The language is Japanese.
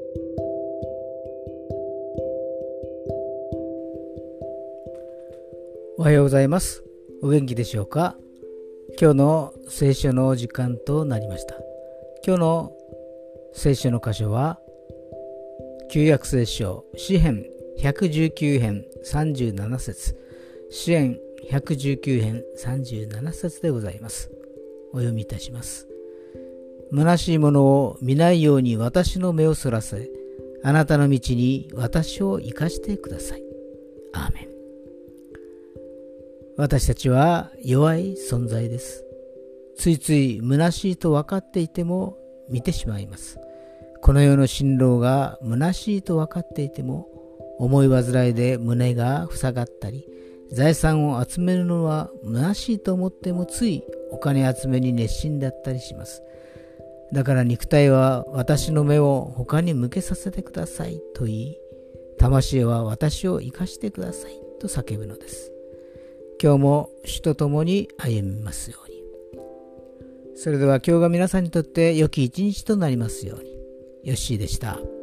おはようございます。お元気でしょうか。今日の聖書の時間となりました。今日の聖書の箇所は旧約聖書詩編119編37節、詩編119編37節でございます。お読みいたします。虚しいものを見ないように私の目をそらせ、あなたの道に私を生かしてください。アーメン。私たちは弱い存在です。ついつい虚しいと分かっていても見てしまいます。この世の辛労が虚しいと分かっていても、思い煩いで胸が塞がったり、財産を集めるのは虚しいと思ってもついお金集めに熱心だったりします。だから肉体は私の目を他に向けさせてくださいと言い、魂は私を生かしてくださいと叫ぶのです。今日も主と共に歩みますように。それでは今日が皆さんにとって良き一日となりますように。ヨッシーでした。